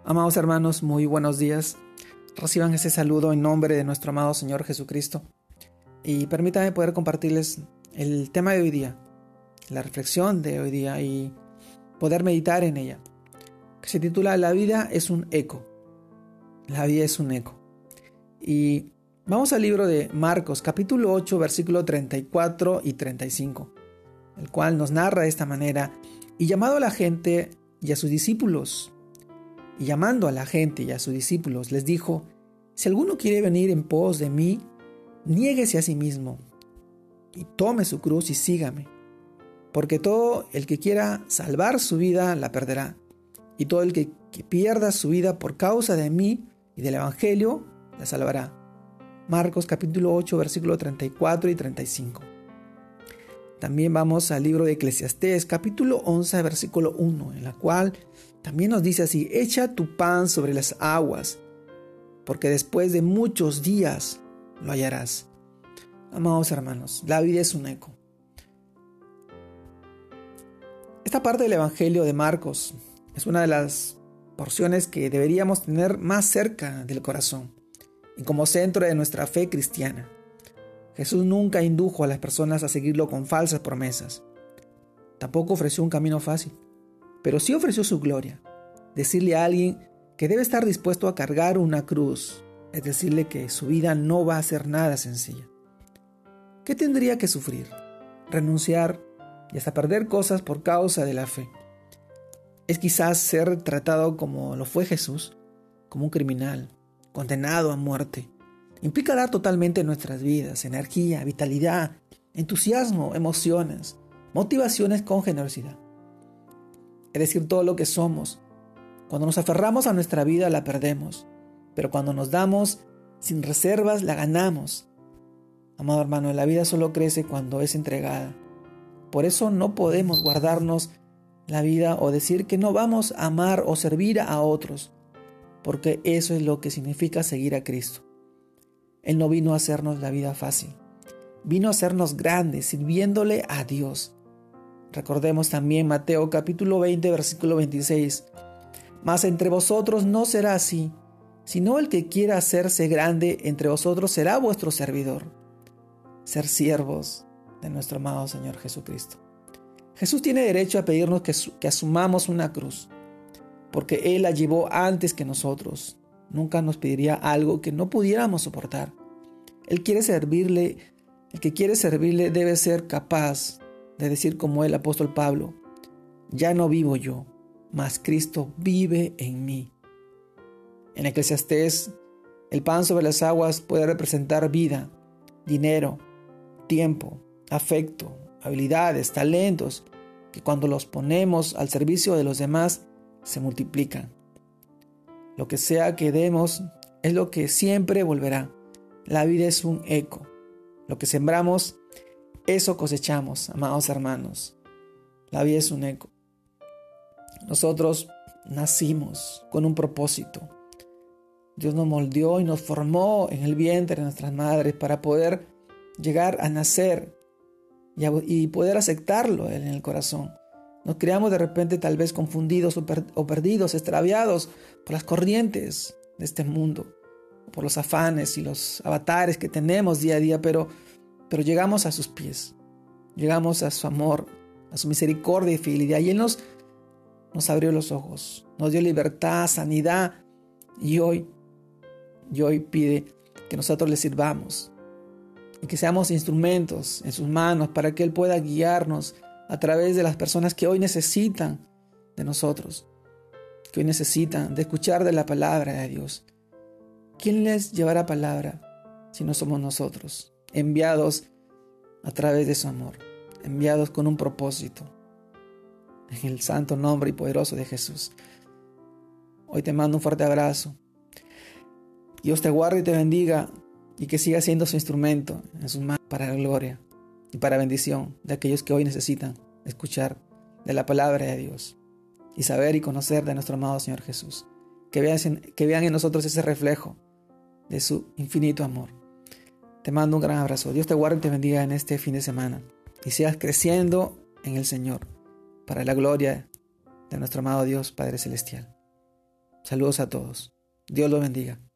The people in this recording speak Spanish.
Amados hermanos, muy buenos días. Reciban ese saludo en nombre de nuestro amado Señor Jesucristo. Y permítanme poder compartirles el tema de hoy día, la reflexión de hoy día y poder meditar en ella, que se titula La vida es un eco. La vida es un eco. Y vamos al libro de Marcos, capítulo 8, versículo 34 y 35, el cual nos narra de esta manera: y llamando a la gente y a sus discípulos, les dijo: si alguno quiere venir en pos de mí, niéguese a sí mismo y tome su cruz y sígame. Porque todo el que quiera salvar su vida la perderá, y todo el que pierda su vida por causa de mí y del Evangelio la salvará. Marcos capítulo 8, versículo 34 y 35. También vamos al libro de Eclesiastés, capítulo 11, versículo 1, en la cual también nos dice así: echa tu pan sobre las aguas, porque después de muchos días lo hallarás. Amados hermanos, la vida es un eco. Esta parte del Evangelio de Marcos es una de las porciones que deberíamos tener más cerca del corazón y como centro de nuestra fe cristiana. Jesús nunca indujo a las personas a seguirlo con falsas promesas. Tampoco ofreció un camino fácil, pero sí ofreció su gloria. Decirle a alguien que debe estar dispuesto a cargar una cruz es decirle que su vida no va a ser nada sencilla. ¿Qué tendría que sufrir? Renunciar y hasta perder cosas por causa de la fe. Es quizás ser tratado como lo fue Jesús, como un criminal, condenado a muerte. Implica dar totalmente nuestras vidas, energía, vitalidad, entusiasmo, emociones, motivaciones con generosidad. Es decir, todo lo que somos. Cuando nos aferramos a nuestra vida la perdemos, pero cuando nos damos sin reservas la ganamos. Amado hermano, la vida solo crece cuando es entregada. Por eso no podemos guardarnos la vida o decir que no vamos a amar o servir a otros, porque eso es lo que significa seguir a Cristo. Él no vino a hacernos la vida fácil, vino a hacernos grandes sirviéndole a Dios. Recordemos también Mateo capítulo 20, versículo 26. Mas entre vosotros no será así, sino el que quiera hacerse grande entre vosotros será vuestro servidor. Ser siervos de nuestro amado Señor Jesucristo. Jesús tiene derecho a pedirnos que asumamos una cruz, porque Él la llevó antes que nosotros. Nunca nos pediría algo que no pudiéramos soportar. El que quiere servirle debe ser capaz de decir como el apóstol Pablo: ya no vivo yo, mas Cristo vive en mí. En Eclesiastés, el pan sobre las aguas puede representar vida, dinero, tiempo, afecto, habilidades, talentos, que cuando los ponemos al servicio de los demás se multiplican. Lo que sea que demos es lo que siempre volverá. La vida es un eco. Lo que sembramos, eso cosechamos, amados hermanos. La vida es un eco. Nosotros nacimos con un propósito. Dios nos moldeó y nos formó en el vientre de nuestras madres para poder llegar a nacer y poder aceptarlo en el corazón. Nos creamos de repente tal vez confundidos o perdidos, extraviados por las corrientes de este mundo, por los afanes y los avatares que tenemos día a día, pero llegamos a sus pies, llegamos a su amor, a su misericordia y fidelidad, y Él nos abrió los ojos, nos dio libertad, sanidad, y hoy pide que nosotros le sirvamos y que seamos instrumentos en sus manos para que Él pueda guiarnos a través de las personas que hoy necesitan de nosotros, que hoy necesitan de escuchar de la palabra de Dios. ¿Quién les llevará palabra si no somos nosotros, enviados a través de su amor, enviados con un propósito? En el santo nombre y poderoso de Jesús. Hoy te mando un fuerte abrazo. Dios te guarde y te bendiga, y que siga siendo su instrumento en sus manos para la gloria y para bendición de aquellos que hoy necesitan escuchar de la palabra de Dios y saber y conocer de nuestro amado Señor Jesús. Que vean en nosotros ese reflejo de su infinito amor. Te mando un gran abrazo. Dios te guarde y te bendiga en este fin de semana y sigas creciendo en el Señor para la gloria de nuestro amado Dios Padre Celestial. Saludos a todos. Dios los bendiga.